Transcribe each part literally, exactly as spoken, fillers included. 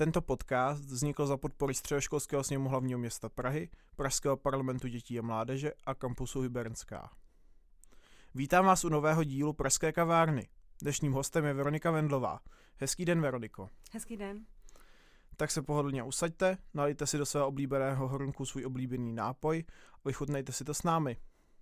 Tento podcast vznikl za podpory Středoškolského sněmu hlavního města Prahy, Pražského parlamentu dětí a mládeže a kampusu Hybernská. Vítám vás u nového dílu Pražské kavárny. Dnešním hostem je Veronika Vendlová. Hezký den, Veroniko. Hezký den. Tak se pohodlně usaďte, nalijte si do svého oblíbeného hrnku svůj oblíbený nápoj a vychutnejte si to s námi.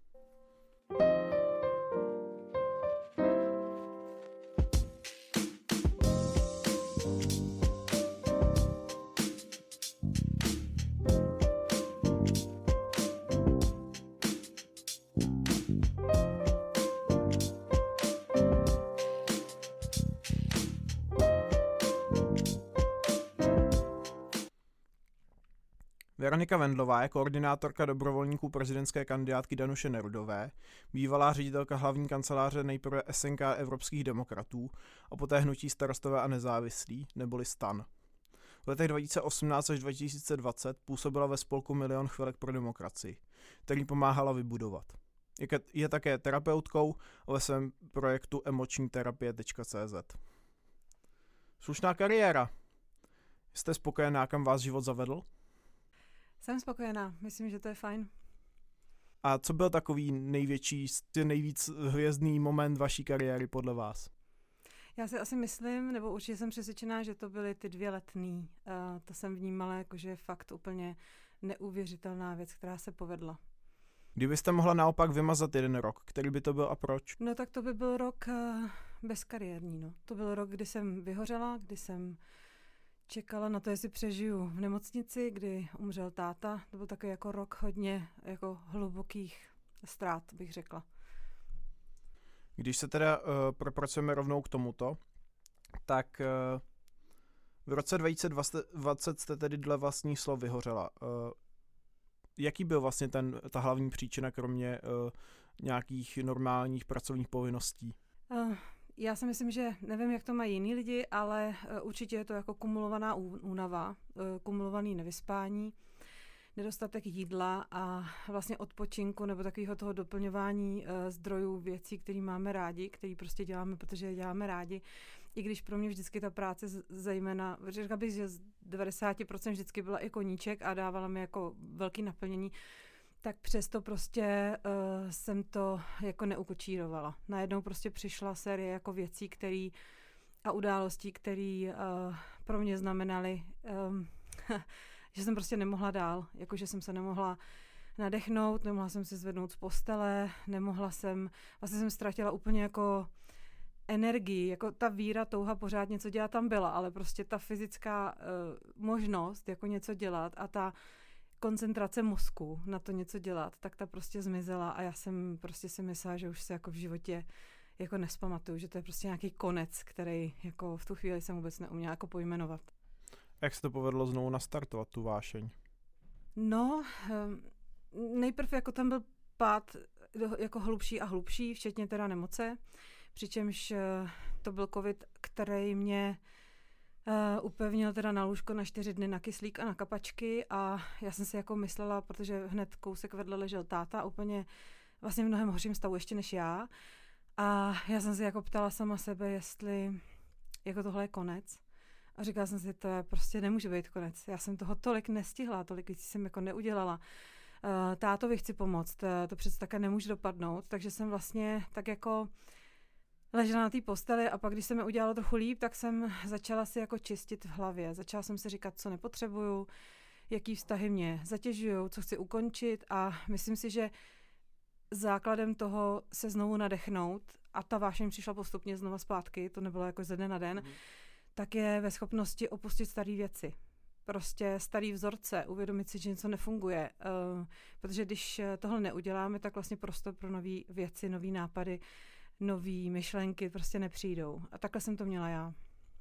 Veronika Vendlová je koordinátorka dobrovolníků prezidentské kandidátky Danuše Nerudové, bývalá ředitelka hlavní kanceláře nejprve S N K evropských demokratů a poté hnutí Starostové a nezávislí, neboli STAN. V letech dva tisíce osmnáct až dva tisíce dvacet působila ve spolku Milion chvilek pro demokracii, který pomáhala vybudovat. Je, je také terapeutkou ve svém projektu emoční terapie tečka cé zet. Slušná kariéra. Jste spokojená, kam vás život zavedl? Jsem spokojená, myslím, že to je fajn. A co byl takový největší, nejvíc hvězdný moment vaší kariéry podle vás? Já si asi myslím, nebo určitě jsem přesvědčená, že to byly ty dvě letný. Uh, to jsem vnímala jako, že je fakt úplně neuvěřitelná věc, která se povedla. Kdybyste mohla naopak vymazat jeden rok, který by to byl a proč? No tak to by byl rok uh, bezkariérní. No. To byl rok, kdy jsem vyhořela, kdy jsem čekala na to, jestli přežiju v nemocnici, kdy umřel táta. To byl takový jako rok hodně jako hlubokých ztrát, bych řekla. Když se teda uh, propracujeme rovnou k tomuto, tak uh, v roce dva tisíce dvacet jste tedy dle vlastních slov vyhořela. Uh, jaký byl vlastně ten, ta hlavní příčina, kromě uh, nějakých normálních pracovních povinností? Uh. Já si myslím, že nevím, jak to mají jiní lidi, ale určitě je to jako kumulovaná únava, kumulovaný nevyspání, nedostatek jídla a vlastně odpočinku nebo takového toho doplňování zdrojů věcí, které máme rádi, které prostě děláme, protože je děláme rádi. I když pro mě vždycky ta práce zejména, řekla bych, že z devadesát procent vždycky byla i koníček a dávala mi jako velké naplnění, tak přesto prostě uh, jsem to jako neukočírovala. Najednou prostě přišla série jako věcí, které a událostí, které uh, pro mě znamenaly, um, že jsem prostě nemohla dál. Jakože jsem se nemohla nadechnout, nemohla jsem si zvednout z postele, nemohla jsem, vlastně jsem ztratila úplně jako energii, jako ta víra, touha pořád něco dělat tam byla, ale prostě ta fyzická uh, možnost jako něco dělat a ta koncentrace mozku na to něco dělat, tak ta prostě zmizela a já jsem prostě si myslela, že už se jako v životě jako nespamatuju, že to je prostě nějaký konec, který jako v tu chvíli jsem vůbec neuměla jako pojmenovat. Jak se to povedlo znovu nastartovat, tu vášeň? No, nejprve jako tam byl pád jako hlubší a hlubší, včetně teda nemoce, přičemž to byl covid, který mě Uh, upevnil teda na lůžko na čtyři dny na kyslík a na kapačky a já jsem si jako myslela, protože hned kousek vedle ležel táta, úplně vlastně v mnohem horším stavu ještě než já a já jsem si jako ptala sama sebe, jestli jako tohle je konec a říkala jsem si, to je prostě nemůže být konec, já jsem toho tolik nestihla, tolik věcí jsem jako neudělala. Uh, tátovi chci pomoct, to přece také nemůže dopadnout, takže jsem vlastně tak jako ležela na té posteli a pak, když se mi udělalo trochu líp, tak jsem začala si jako čistit v hlavě. Začala jsem si říkat, co nepotřebuju, jaký vztahy mě zatěžují, co chci ukončit a myslím si, že základem toho se znovu nadechnout a ta vášeň přišla postupně znova zpátky, to nebylo jako ze dne na den, mm. tak je ve schopnosti opustit staré věci. Prostě starý vzorce, uvědomit si, že něco nefunguje. Uh, protože když tohle neuděláme, tak vlastně prostor pro nové věci, nové nápady, nový myšlenky prostě nepřijdou. A takhle jsem to měla já.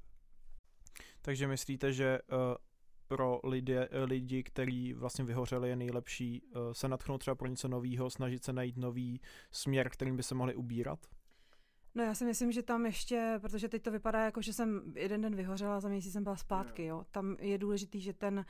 Takže myslíte, že uh, pro lidi, lidi, kteří vlastně vyhořeli, je nejlepší uh, se natchnout třeba pro něco nového, snažit se najít nový směr, kterým by se mohli ubírat? No já si myslím, že tam ještě, protože teď to vypadá jako, že jsem jeden den vyhořela a za měsíc jsem byla zpátky. Jo. Tam je důležitý, že ten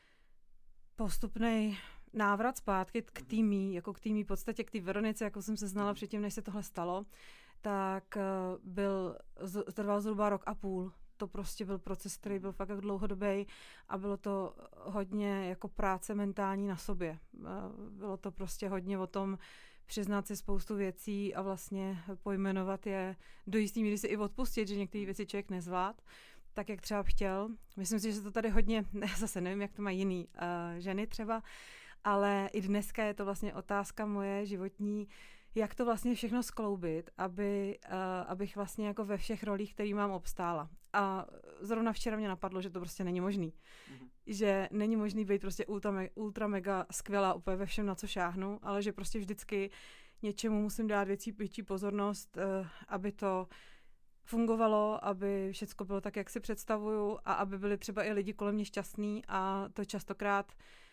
postupný návrat zpátky k týmí, jako k týmí podstatě, k té Veronice, jako jsem se znala předtím, než se tohle stalo, tak byl, trval zhruba rok a půl. to prostě byl proces, který byl fakt jako dlouhodobý a bylo to hodně jako práce mentální na sobě. Bylo to prostě hodně o tom přiznat si spoustu věcí a vlastně pojmenovat je, do jistý míry si i odpustit, že některé věci člověk nezvlád, tak jak třeba chtěl. Myslím si, že to tady hodně, zase nevím, jak to mají jiný uh, ženy třeba, ale i dneska je to vlastně otázka moje životní, jak to vlastně všechno skloubit, aby, uh, abych vlastně jako ve všech rolích, který mám, obstála. A zrovna včera mě napadlo, že to prostě není možný. Mm-hmm. Že není možný být prostě ultra, ultra mega skvělá úplně ve všem, na co šáhnu, ale že prostě vždycky něčemu musím dát větší, větší pozornost, uh, aby to fungovalo, aby všecko bylo tak, jak si představuju a aby byli třeba i lidi kolem mě šťastní a to častokrát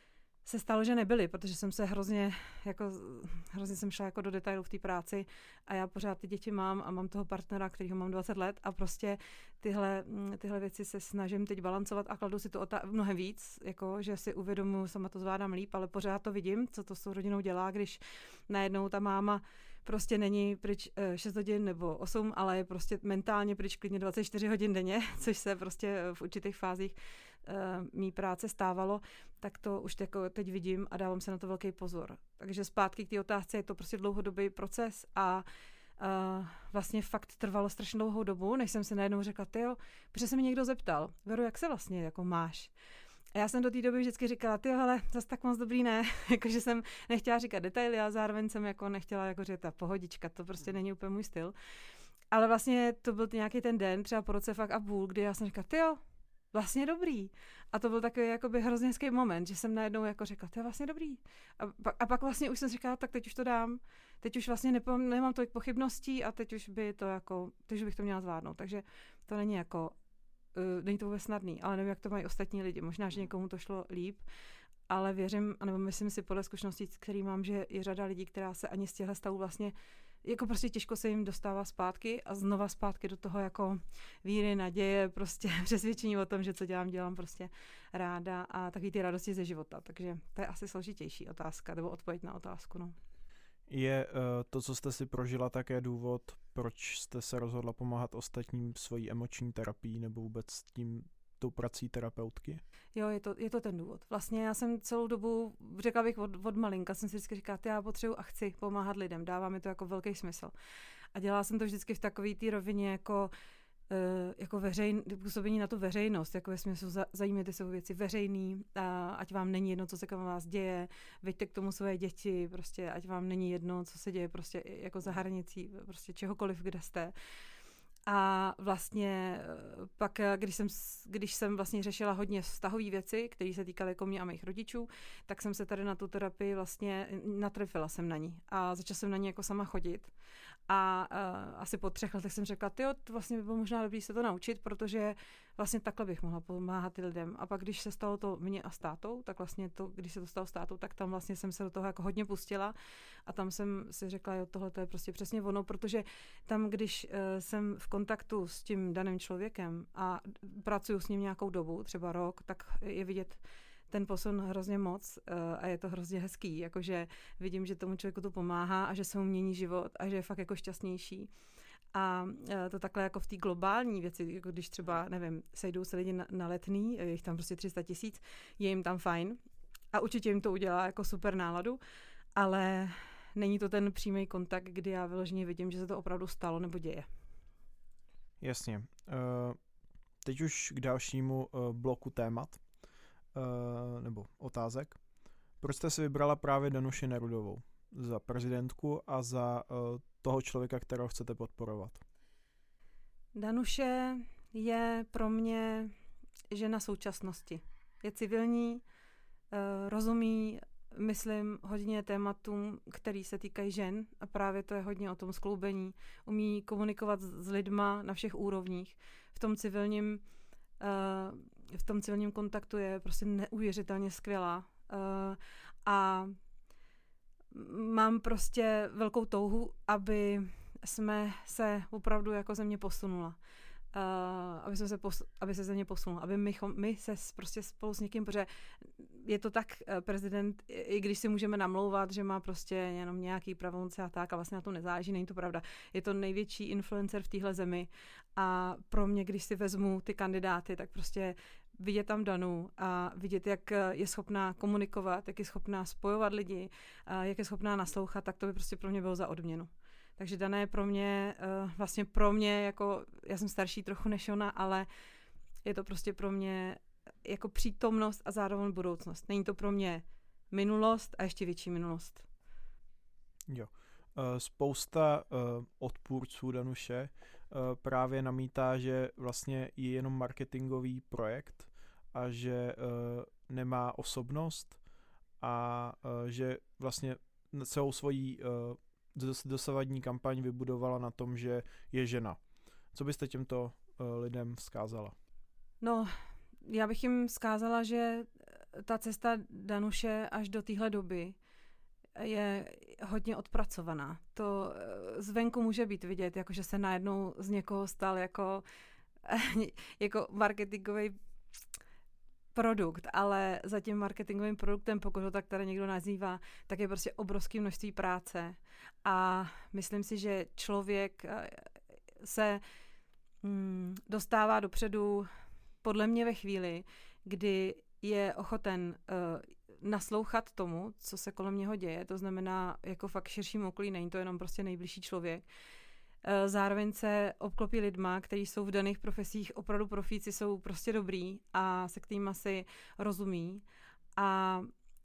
se stalo, že nebyli, protože jsem se hrozně, jako, hrozně jsem šla jako do detailů v té práci a já pořád ty děti mám a mám toho partnera, kterýho mám dvacet let a prostě tyhle, tyhle věci se snažím teď balancovat a kladu si to otá- mnohem víc, jako, že si uvědomuji, sama to zvládám líp, ale pořád to vidím, co to s tou rodinou dělá, když najednou ta máma prostě není pryč šest hodin nebo osm, ale je prostě mentálně pryč klidně dvacet čtyři hodin denně, což se prostě v určitých fázích uh, mý práce stávalo, tak to už jako teď vidím a dávám se na to velký pozor. Takže zpátky k té otázce, je to prostě dlouhodobý proces a uh, vlastně fakt trvalo strašně dlouhou dobu, než jsem se najednou řekla, tyjo, protože se mi někdo zeptal, Vero, jak se vlastně jako máš? A já jsem do té doby vždycky říkala, tyjo, hele, zase tak moc dobrý ne, jakože jsem nechtěla říkat detaily a zároveň jsem jako nechtěla jako říct ta pohodička, to prostě není úplně můj styl. Ale vlastně to byl nějaký ten den, třeba po roce fakt a půl, kdy já jsem říkala, tyjo, vlastně dobrý. A to byl takový jakoby hrozně hezký moment, že jsem najednou jako řekla, to je vlastně dobrý. A pak, a pak vlastně už jsem říkala, tak teď už to dám. Teď už vlastně nepom, nemám tolik pochybností a teď už by to jako, teď už bych to měla zvládnout. Takže to není jako Uh, není to vůbec snadný, ale nevím, jak to mají ostatní lidi. Možná, že někomu to šlo líp, ale věřím, anebo myslím si podle zkušeností, který mám, že je řada lidí, která se ani z těchto stavů vlastně, jako prostě těžko se jim dostává zpátky a znova zpátky do toho jako víry, naděje, prostě přesvědčení o tom, že co dělám, dělám prostě ráda a takový ty radosti ze života. Takže to je asi složitější otázka, nebo odpověď na otázku, no. Je uh, to, co jste si prožila, také důvod, proč jste se rozhodla pomáhat ostatním svojí emoční terapii nebo vůbec tím tou prací terapeutky? Jo, je to, je to ten důvod. Vlastně já jsem celou dobu, řekla bych od, od malinka, jsem si vždycky říkala, já potřebuji a chci pomáhat lidem, dává mi to jako velký smysl. A dělala jsem to vždycky v takové té rovině jako jako veřejn, působení na tu veřejnost, jako ve smyslu zajímejte se o věci veřejný, a ať vám není jedno, co se kolem vás děje, veďte k tomu svoje děti, prostě ať vám není jedno, co se děje prostě jako za hranicí, prostě čehokoliv, kde jste. A vlastně pak, když jsem, když jsem vlastně řešila hodně vztahové věci, které se týkaly jako mě a mých rodičů, tak jsem se tady na tu terapii vlastně natrefila jsem na ní a začala jsem na ní jako sama chodit. A uh, asi po třech letech jsem řekla, tyjo, to vlastně by bylo možná dobrý se to naučit, protože vlastně takhle bych mohla pomáhat lidem. A pak, když se stalo to mně a s tátou, tak vlastně to, když se to stalo s tátou, tak tam vlastně jsem se do toho jako hodně pustila a tam jsem si řekla, jo, tohle to je prostě přesně ono, protože tam, když uh, jsem v kontaktu s tím daným člověkem a pracuju s ním nějakou dobu, třeba rok, tak je vidět ten posun hrozně moc uh, a je to hrozně hezký, jakože vidím, že tomu člověku to pomáhá a že se mu mění život a že je fakt jako šťastnější. A uh, to takhle jako v té globální věci, jako když třeba, nevím, sejdou se lidi na, na Letný, je jich tam prostě tři sta tisíc, je jim tam fajn a určitě jim to udělá jako super náladu, ale není to ten přímý kontakt, kdy já vyloženě vidím, že se to opravdu stalo nebo děje. Jasně. Uh, teď už k dalšímu uh, bloku témat. Uh, nebo otázek. Proč jste si vybrala právě Danuši Nerudovou za prezidentku a za uh, toho člověka, kterého chcete podporovat? Danuše je pro mě žena současnosti. Je civilní, uh, rozumí, myslím, hodně tématům, který se týkají žen a právě to je hodně o tom skloubení. Umí komunikovat s lidma na všech úrovních. V tom civilním uh, v tom civilním kontaktu je prostě neuvěřitelně skvělá. Uh, a mám prostě velkou touhu, aby jsme se opravdu jako země posunula. Uh, aby, jsme se pos- aby se země posunul, aby my, my se prostě spolu s někým, protože je to tak, uh, prezident, i když si můžeme namlouvat, že má prostě jenom nějaký pravomoci a tak a vlastně na tom nezáleží, není to pravda. Je to největší influencer v téhle zemi a pro mě, když si vezmu ty kandidáty, tak prostě vidět tam Danu a vidět, jak je schopná komunikovat, jak je schopná spojovat lidi, uh, jak je schopná naslouchat, tak to by prostě pro mě bylo za odměnu. Takže Dana je pro mě, vlastně pro mě, jako, já jsem starší trochu než ona, ale je to prostě pro mě jako přítomnost a zároveň budoucnost. Není to pro mě minulost a ještě větší minulost. Jo. Spousta odpůrců Danuše právě namítá, že vlastně je jenom marketingový projekt a že nemá osobnost a že vlastně celou svojí dosavadní kampaň vybudovala na tom, že je žena. Co byste těmto uh, lidem vzkázala? No, já bych jim vzkázala, že ta cesta Danuše až do téhle doby je hodně odpracovaná. To zvenku může být vidět, jako že se najednou z někoho stal jako, jako marketingový produkt, ale za tím marketingovým produktem, pokud ho tak tady někdo nazývá, tak je prostě obrovské množství práce. A myslím si, že člověk se mm, dostává dopředu podle mě ve chvíli, kdy je ochoten uh, naslouchat tomu, co se kolem něho děje, to znamená jako fakt širším okolí, není to jenom prostě nejbližší člověk. Uh, zároveň se obklopí lidma, kteří jsou v daných profesích, opravdu profíci, jsou prostě dobrý a se kterými si rozumí. A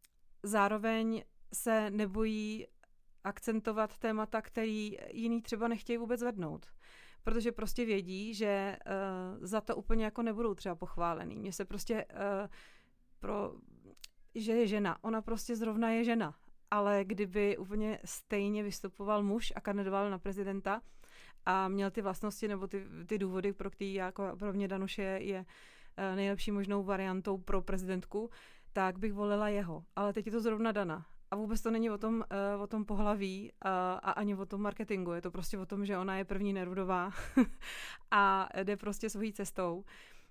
zároveň se nebojí akcentovat témata, který jiný třeba nechtějí vůbec zvednout. Protože prostě vědí, že uh, za to úplně jako nebudou třeba pochválený. Mně se prostě, uh, pro, že je žena, ona prostě zrovna je žena. Ale kdyby úplně stejně vystupoval muž a kandidoval na prezidenta a měl ty vlastnosti nebo ty, ty důvody, pro který jako pro mě Danuše je, je uh, nejlepší možnou variantou pro prezidentku, tak bych volila jeho. Ale teď je to zrovna Dana. A vůbec to není o tom, uh, o tom pohlaví uh, a ani o tom marketingu. Je to prostě o tom, že ona je první Nerudová a jde prostě svojí cestou.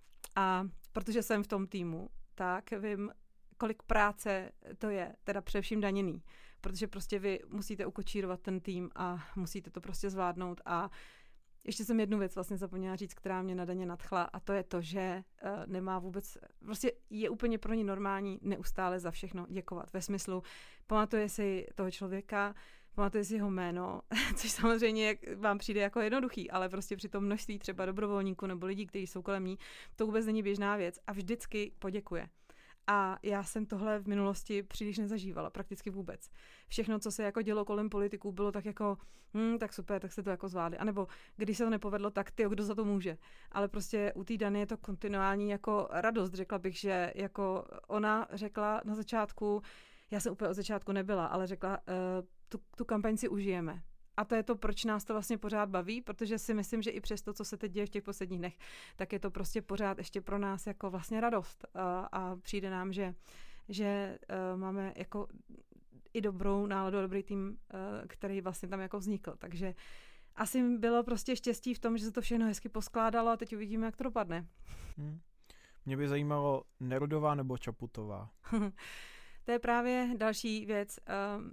A protože jsem v tom týmu, tak vím, kolik práce to je, teda především daněný. Protože prostě vy musíte ukočírovat ten tým a musíte to prostě zvládnout. A ještě jsem jednu věc vlastně zapomněla říct, která mě na Daně nadchla, a to je to, že uh, nemá vůbec, prostě je úplně pro ní normální neustále za všechno děkovat. Ve smyslu, pamatuje si toho člověka, pamatuje si jeho jméno, což samozřejmě vám přijde jako jednoduchý, ale prostě při tom množství třeba dobrovolníků nebo lidí, kteří jsou kolem ní, to vůbec není běžná věc a vždycky poděkuje. A já jsem tohle v minulosti příliš nezažívala, prakticky vůbec. Všechno, co se jako dělo kolem politiků, bylo tak jako, hm, tak super, tak se to jako zvládli. A nebo když se to nepovedlo, tak ty, kdo za to může. Ale prostě u té Dany je to kontinuální jako radost, řekla bych, že jako ona řekla na začátku, já jsem úplně od začátku nebyla, ale řekla, uh, tu, tu kampaň si užijeme. A to je to, proč nás to vlastně pořád baví, protože si myslím, že i přes to, co se teď děje v těch posledních dnech, tak je to prostě pořád ještě pro nás jako vlastně radost. A, a přijde nám, že, že uh, máme jako i dobrou náladu, dobrý tým, uh, který vlastně tam jako vznikl. Takže asi bylo prostě štěstí v tom, že se to všechno hezky poskládalo a teď uvidíme, jak to dopadne. Hmm. Mě by zajímalo Nerudová nebo Čaputová? To je právě další věc. Um,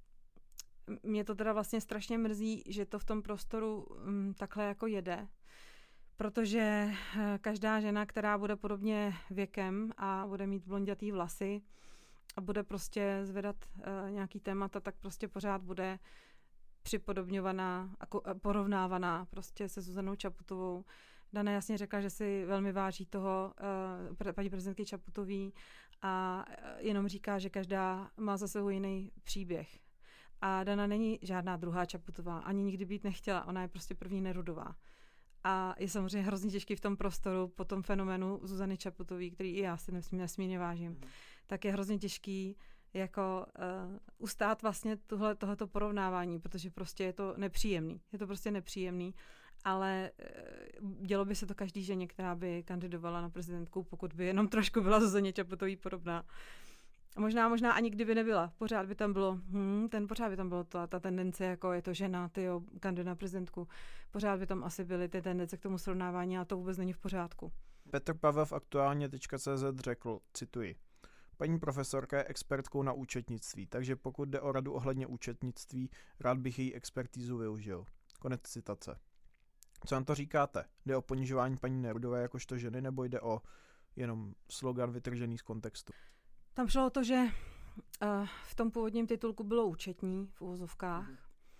Mě to teda vlastně strašně mrzí, že to v tom prostoru um, takhle jako jede, protože uh, každá žena, která bude podobně věkem a bude mít blondětý vlasy a bude prostě zvedat uh, nějaký témata, tak prostě pořád bude připodobňovaná a porovnávaná prostě se Zuzanou Čaputovou. Dana jasně řekla, že si velmi váží toho uh, paní prezidentky Čaputový a jenom říká, že každá má za sebou jiný příběh. A Dana není žádná druhá Čaputová, ani nikdy být nechtěla, ona je prostě první Nerudová. A je samozřejmě hrozně těžký v tom prostoru po tom fenoménu Zuzany Čaputový, který i já si nesmírně vážím, mm. tak je hrozně těžký jako uh, ustát vlastně tohle, tohleto porovnávání, protože prostě je to nepříjemný. Je to prostě nepříjemný, ale uh, dělo by se to každý ženě, která by kandidovala na prezidentku, pokud by jenom trošku byla Zuzaně Čaputový podobná. A možná, možná ani kdyby nebyla, pořád by tam bylo, hm, ten pořád by tam bylo ta, ta tendence, jako je to žena, tyjo, kandidát na prezidentku, pořád by tam asi byly ty tendence k tomu srovnávání a to vůbec není v pořádku. Petr Pavel v aktuálně tečka cé zet řekl, cituji, paní profesorka je expertkou na účetnictví, takže pokud jde o radu ohledně účetnictví, rád bych její expertízu využil. Konec citace. Co na to říkáte? Jde o ponižování paní Nerudové jakožto ženy, nebo jde o jenom slogan vytržený z kontextu? Tam šlo o to, že uh, v tom původním titulku bylo účetní v uvozovkách.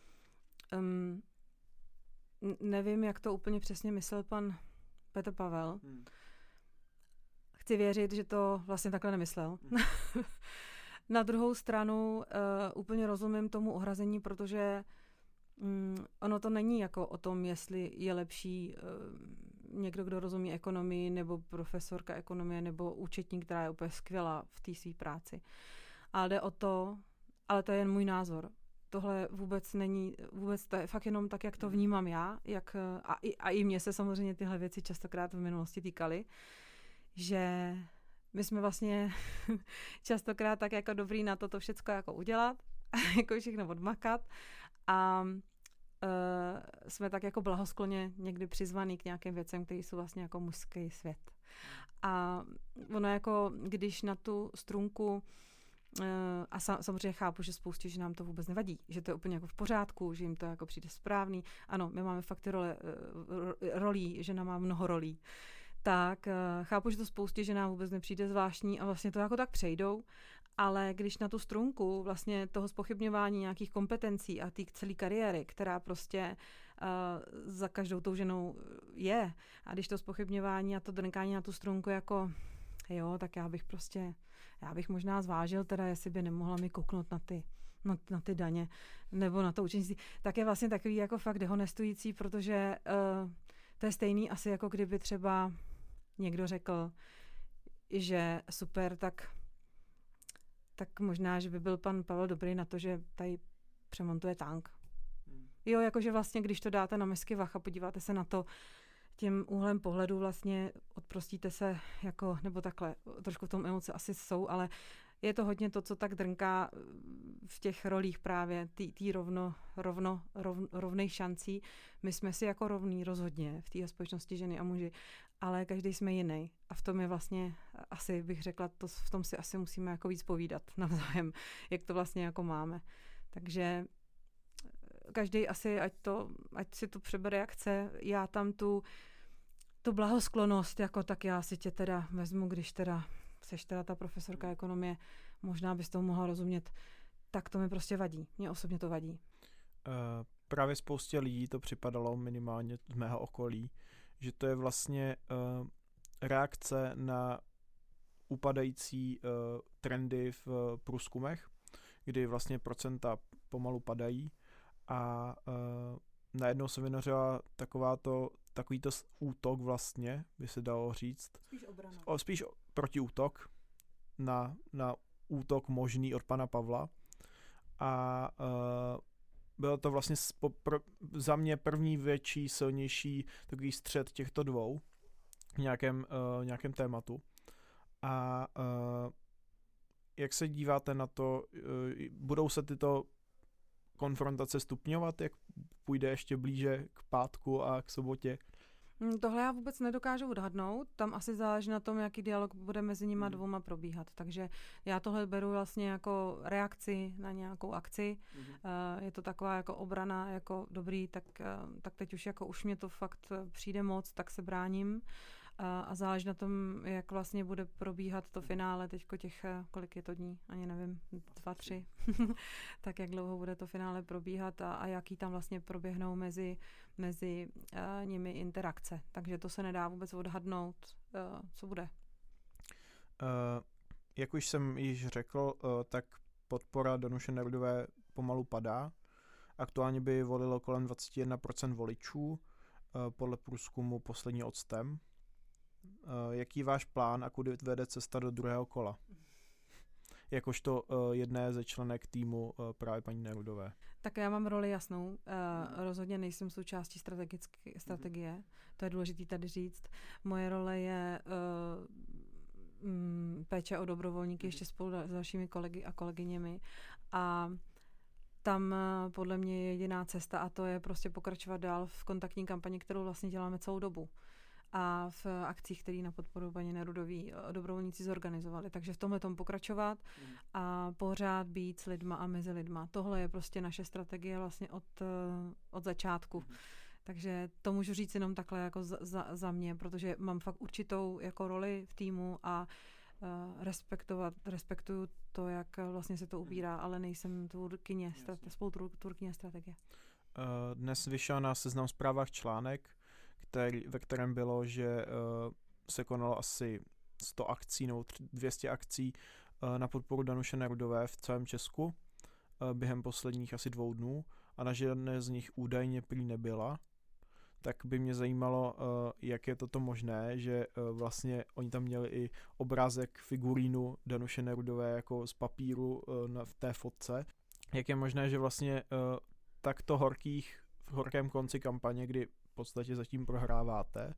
Um, nevím, jak to úplně přesně myslel pan Petr Pavel. Hmm. Chci věřit, že to vlastně takhle nemyslel. Hmm. Na druhou stranu uh, úplně rozumím tomu ohrazení, protože um, ono to není jako o tom, jestli je lepší uh, někdo, kdo rozumí ekonomii, nebo profesorka ekonomie, nebo účetní, která je úplně skvělá v té své práci. Ale jde o to, ale to je jen můj názor. Tohle vůbec není, vůbec to je fakt jenom tak, jak to vnímám já, jak, a, i, a i mně se samozřejmě tyhle věci častokrát v minulosti týkaly, že my jsme vlastně častokrát tak jako dobrý na to to všecko jako udělat, jako všechno odmakat a uh, jsme tak jako blahoskloně někdy přizvaný k nějakým věcem, které jsou vlastně jako mužský svět. A ono jako, když na tu strunku Uh, a sa, samozřejmě chápu, že spoustě, že nám to vůbec nevadí, že to je úplně jako v pořádku, že jim to jako přijde správný. Ano, my máme fakt ty role, uh, rolí, žena má mnoho rolí. Tak uh, chápu, že to spoustě, že nám vůbec nepřijde zvláštní a vlastně to jako tak přejdou, ale když na tu strunku vlastně toho zpochybňování nějakých kompetencí a té celé kariéry, která prostě uh, za každou tou ženou je, a když to zpochybňování a to drnkání na tu strunku jako jo, tak já bych prostě, já bych možná zvážil teda, jestli by nemohla mi kouknout na ty, na, na ty daně, nebo na to účetnictví, tak je vlastně takový jako fakt dehonestující, protože uh, to je stejný asi jako kdyby třeba někdo řekl, že super, tak, tak možná, že by byl pan Pavel dobrý na to, že tady přemontuje tank. Hmm. Jo, jakože vlastně, když to dáte na misky vah a podíváte se na to, tím úhlem pohledu vlastně odprostíte se jako, nebo takhle, trošku v tom emoce asi jsou, ale je to hodně to, co tak drnká v těch rolích právě, tý rovno, rovno, rov, rovnej šancí. My jsme si jako rovní rozhodně v té společnosti ženy a muži, ale každý jsme jiný. A v tom je vlastně, asi bych řekla, to, v tom si asi musíme jako víc povídat navzájem, jak to vlastně jako máme. Takže každý asi, ať, to, ať si to přebere jak chce, já tam tu, tu blahosklonost, jako tak já si tě teda vezmu, když teda seš teda ta profesorka ekonomie, možná bys toho mohla rozumět, tak to mi prostě vadí. Mně osobně to vadí. Uh, právě spoustě lidí to připadalo minimálně z mého okolí, že to je vlastně uh, reakce na upadající uh, trendy v uh, průzkumech, kdy vlastně procenta pomalu padají a uh, najednou se vynořila takováto, takovýto útok vlastně, by se dalo říct. Spíš obrana. O, spíš protiútok na, na útok možný od pana Pavla. A uh, bylo to vlastně spo, pr, za mě první větší, silnější takový střet těchto dvou v nějakém, uh, nějakém tématu. A uh, jak se díváte na to, uh, budou se tyto konfrontace stupňovat, jak půjde ještě blíže k pátku a k sobotě? Tohle já vůbec nedokážu odhadnout. Tam asi záleží na tom, jaký dialog bude mezi nima hmm. dvouma probíhat. Takže já tohle beru vlastně jako reakci na nějakou akci. Hmm. Uh, je to taková jako obrana, jako dobrý, tak, uh, tak teď už jako už mě to fakt přijde moc, tak se bráním. A záleží na tom, jak vlastně bude probíhat to finále teďko těch, kolik je to dní, ani nevím, dva, tři, tak jak dlouho bude to finále probíhat a, a jaký tam vlastně proběhnou mezi, mezi uh, nimi interakce. Takže to se nedá vůbec odhadnout, uh, co bude. Uh, jak už jsem již řekl, uh, tak podpora Danuše Nerudové pomalu padá. Aktuálně by volilo kolem dvacet jedna procent voličů, uh, podle průzkumu poslední od STEM. Uh, jaký je váš plán a kudy vede cesta do druhého kola? Jakožto uh, jedné ze členek týmu uh, právě paní Nerudové. Tak já mám roli jasnou. Uh, rozhodně nejsem součástí strategie. To je důležité tady říct. Moje role je uh, mm, péče o dobrovolníky ještě spolu s dalšími kolegy a kolegyněmi a tam podle mě je jediná cesta a to je prostě pokračovat dál v kontaktní kampani, kterou vlastně děláme celou dobu. A v akcích, které na podporu paní Nerudový dobrovolníci zorganizovali. Takže v tomhle tom pokračovat mm. a pořád být s lidma a mezi lidma. Tohle je prostě naše strategie vlastně od, od začátku. Mm. Takže to můžu říct jenom takhle jako za, za, za mě, protože mám fakt určitou jako roli v týmu a uh, respektovat, respektuju to, jak vlastně se to ubírá, ale nejsem tvůrkyně, strate, spolutvůrkyně strategie. Dnes vyšel na Seznam Zprávách článek, který, ve kterém bylo, že uh, se konalo asi sto akcí nebo dvě stě akcí uh, na podporu Danuše Nerudové v celém Česku uh, během posledních asi dvou dnů a na žádné z nich údajně prý nebyla. Tak by mě zajímalo, uh, jak je toto možné, že uh, vlastně oni tam měli i obrázek figurínu Danuše Nerudové jako z papíru uh, na, v té fotce. Jak je možné, že vlastně uh, takto horkých, v horkém konci kampaně, kdy v podstatě zatím prohráváte,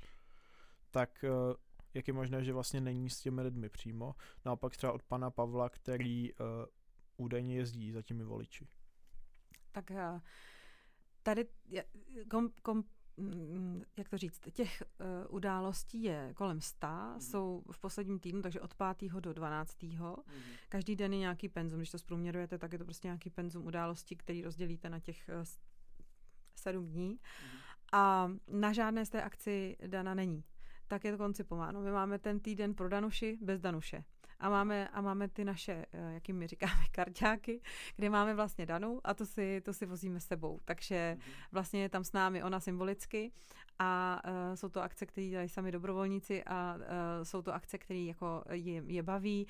tak uh, jak je možné, že vlastně není s těmi lidmi přímo. Naopak třeba od pana Pavla, který uh, údajně jezdí za těmi voliči. Tak uh, tady kom, kom, jak to říct, těch uh, událostí je kolem sta, mm. jsou v posledním týdnu, takže od pátého do dvanáctého Mm. Každý den je nějaký penzum, když to zprůměrujete, tak je to prostě nějaký penzum událostí, který rozdělíte na těch uh, sedm dní. Mm. A na žádné z té akci Dana není. Tak je to koncipováno. My máme ten týden pro Danuši bez Danuše. A máme, a máme ty naše, jak jim my říkáme, karťáky, kde máme vlastně Danu a to si, to si vozíme s sebou. Takže vlastně je tam s námi ona symbolicky a uh, jsou to akce, které dělají sami dobrovolníci a uh, jsou to akce, které jako je, je baví,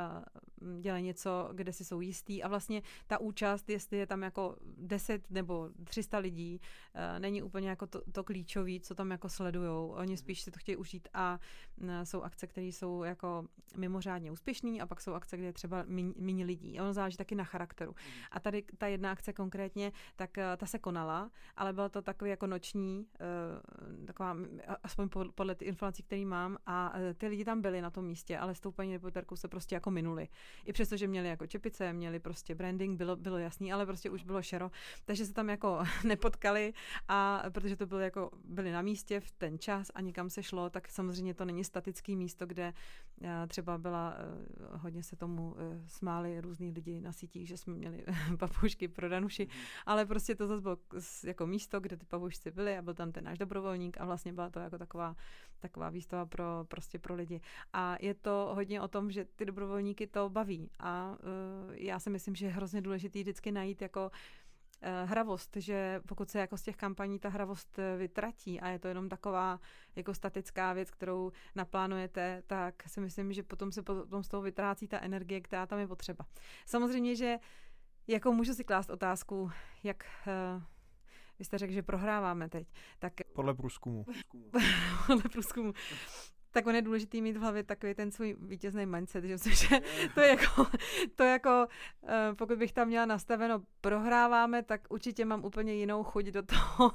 uh, dělají něco, kde si jsou jistý a vlastně ta účast, jestli je tam jako deset nebo tři sta lidí, uh, není úplně jako to, to klíčové, co tam jako sledujou. Oni spíš si to chtějí užít a uh, jsou akce, které jsou jako mimořádně úspěšný a pak jsou akce, kde je třeba méně lidí. Ono záleží taky na charakteru. A tady ta jedna akce konkrétně, tak uh, ta se konala, ale byla to takový jako noční, uh, taková, aspoň podle těch informací, které mám a ty lidi tam byli na tom místě, ale s tou paní reportérkou se prostě jako minuli. I přesto, že měli jako čepice, měli prostě branding, bylo, bylo jasný, ale prostě už bylo šero, takže se tam jako nepotkali a protože to bylo jako, byli na místě v ten čas a nikam se šlo, tak samozřejmě to není statický místo, kde třeba byla, hodně se tomu smáli různý lidi na sítích, že jsme měli papoušky pro Danuši, ale prostě to zase bylo jako místo, kde ty papoušci byli a byl tam ten náš dobrovolník a vlastně byla to jako taková, taková výstava pro, prostě pro lidi. A je to hodně o tom, že ty dobrovolníky to baví a uh, já si myslím, že je hrozně důležitý vždycky najít jako uh, hravost, že pokud se jako z těch kampaní ta hravost vytratí a je to jenom taková jako statická věc, kterou naplánujete, tak si myslím, že potom se potom z toho vytrácí ta energie, která tam je potřeba. Samozřejmě, že jako můžu si klást otázku, jak uh, vy jste řekl, že prohráváme teď. Tak podle průzkumu. podle průzkumu. Tak on je důležitý mít v hlavě takový ten svůj vítězný mindset, že, že to je jako, to jako pokud bych tam měla nastaveno prohráváme, tak určitě mám úplně jinou chuť do toho,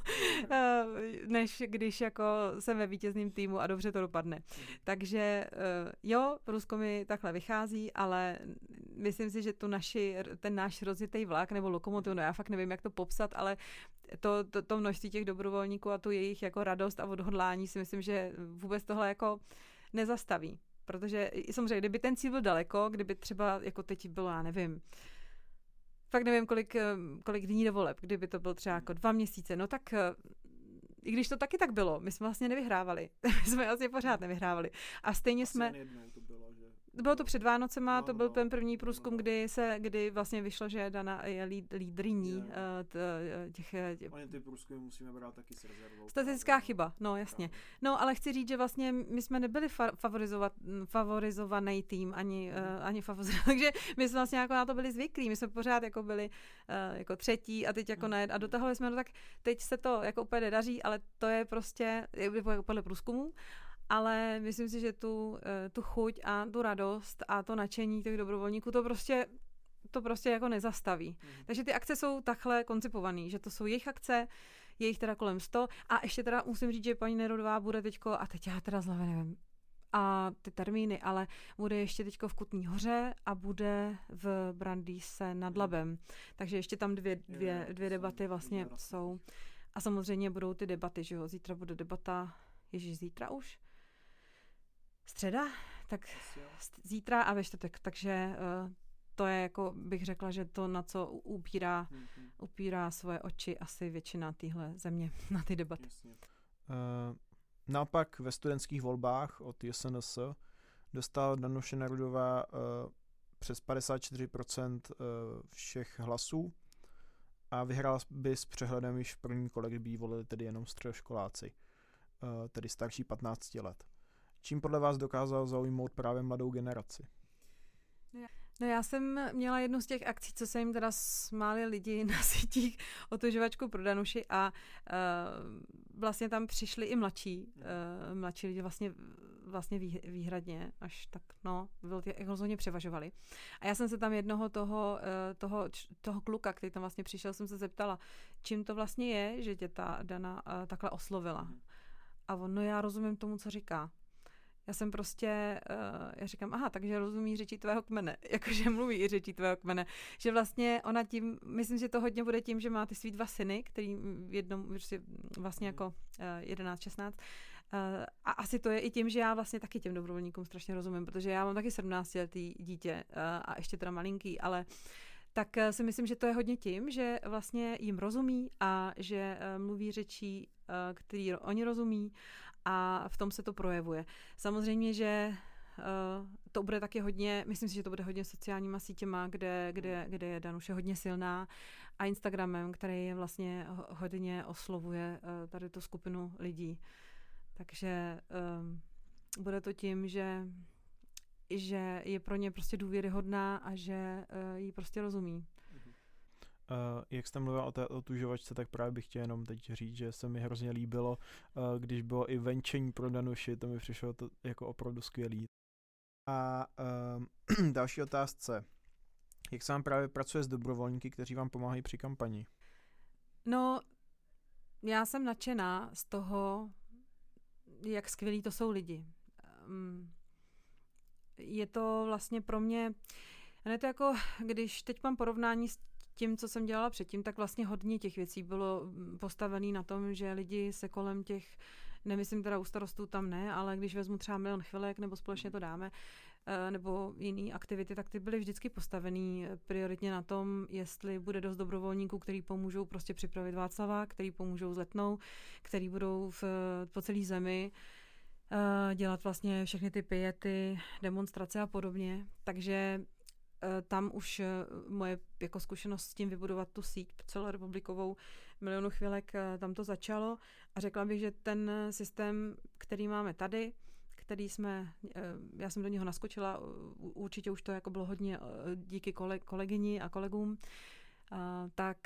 než když jako jsem ve vítězném týmu a dobře to dopadne. Takže jo, průzkumy takhle vychází, ale myslím si, že tu naši, ten náš rozjetý vlak nebo lokomotivu, no já fakt nevím, jak to popsat, ale to, to, to množství těch dobrovolníků a tu jejich jako radost a odhodlání si myslím, že vůbec tohle jako nezastaví. Protože samozřejmě, kdyby ten cíl byl daleko, kdyby třeba jako teď bylo, já nevím, fakt nevím, kolik, kolik dní do voleb, kdyby to bylo třeba jako dva měsíce, no tak i když to taky tak bylo, my jsme vlastně nevyhrávali. My jsme vlastně pořád nevyhrávali. A stejně Asi jsme... Bylo to před Vánocema, no, to byl no, ten první průzkum, no, no. Kdy se, kdy vlastně vyšlo, že Dana je líd, lídryní uh, těch... Oni ty průzkumy musíme brát taky s rezervou. Statistická chyba, no jasně. Právě. No ale chci říct, že vlastně my jsme nebyli fa- favorizovat, favorizovaný tým, ani, mm. uh, ani favorizovaný, takže my jsme vlastně jako na to byli zvyklí, my jsme pořád jako byli uh, jako třetí a teď jako mm. ne, a dotahovali jsme, no tak teď se to jako úplně nedaří, ale to je prostě, jako podle průzkumu, ale myslím si, že tu, tu chuť a tu radost a to nadšení těch dobrovolníků to prostě, to prostě jako nezastaví. Mm. Takže ty akce jsou takhle koncipované, že to jsou jejich akce, je jich teda kolem sto a ještě teda musím říct, že paní Nerudová bude teďko, a teď já teda z hlavy nevím, a ty termíny, ale bude ještě teďko v Kutní Hoře a bude v Brandýse nad Labem. Takže ještě tam dvě, dvě, dvě debaty vlastně jsou. A samozřejmě budou ty debaty, že jo, zítra bude debata, ježiš, zítra už? Středa? Tak zítra a ve čtvrtek, takže uh, to je, jako bych řekla, že to, na co upírá, mm-hmm. upírá svoje oči asi většina téhle země na ty debaty. Uh, naopak ve studentských volbách od J S N S dostal Danuše Nerudová uh, přes padesát čtyři procent uh, všech hlasů a vyhrál by s přehledem již v prvním kole, kdy by ji volili tedy jenom středoškoláci, uh, tedy starší patnáct let. Čím podle vás dokázal zaujmout právě mladou generaci? No já jsem měla jednu z těch akcí, co se jim teda smáli lidi na sítích o tu žvačku pro Danuši a uh, vlastně tam přišli i mladší, uh, mladší lidi vlastně, vlastně výhradně, až tak no, rozhodně převažovali. A já jsem se tam jednoho toho, uh, toho, toho kluka, který tam vlastně přišel, jsem se zeptala, čím to vlastně je, že tě ta Dana uh, takhle oslovila. A on, no já rozumím tomu, co říká. Já jsem prostě, uh, já říkám, aha, takže rozumí řečí tvého kmene, jakože mluví i řečí tvého kmene, že vlastně ona tím, myslím, že to hodně bude tím, že má ty svý dva syny, který v jednom prostě vlastně jako uh, jedenáct šestnáct, uh, a asi to je i tím, že já vlastně taky těm dobrovolníkům strašně rozumím, protože já mám taky sedmnáctiletý dítě uh, a ještě teda malinký, ale tak uh, si myslím, že to je hodně tím, že vlastně jim rozumí a že uh, mluví řečí, uh, který oni rozumí, a v tom se to projevuje. Samozřejmě, že uh, to bude taky hodně, myslím si, že to bude hodně sociálníma sítěma, kde, kde, kde je Danuše hodně silná a Instagramem, který je vlastně hodně oslovuje uh, tady tu skupinu lidí. Takže um, bude to tím, že, že je pro ně prostě důvěryhodná a že uh, jí prostě rozumí. Uh, jak jste mluvil o té otužovačce, tak právě bych chtěl jenom teď říct, že se mi hrozně líbilo, uh, když bylo i venčení pro Danuši, to mi přišlo to jako opravdu skvělý. A uh, další otázce. Jak se vám právě pracuje s dobrovolníky, kteří vám pomáhají při kampani? No, já jsem nadšená z toho, jak skvělí to jsou lidi. Um, je to vlastně pro mě, je to jako, když teď mám porovnání s tím, co jsem dělala předtím, tak vlastně hodně těch věcí bylo postavené na tom, že lidi se kolem těch, nemyslím teda u starostů tam ne, ale když vezmu třeba Milion chvilek nebo společně to dáme, nebo jiné aktivity, tak ty byly vždycky postavený prioritně na tom, jestli bude dost dobrovolníků, který pomůžou prostě připravit Václava, který pomůžou s Letnou, který budou v, po celé zemi dělat vlastně všechny ty piety, demonstrace a podobně. Takže tam už moje jako zkušenost s tím vybudovat tu síť celorepublikovou Milionu chvilek, tam to začalo a řekla bych, že ten systém, který máme tady, který jsme, já jsem do něho naskočila, určitě už to jako bylo hodně díky kolegyni a kolegům, tak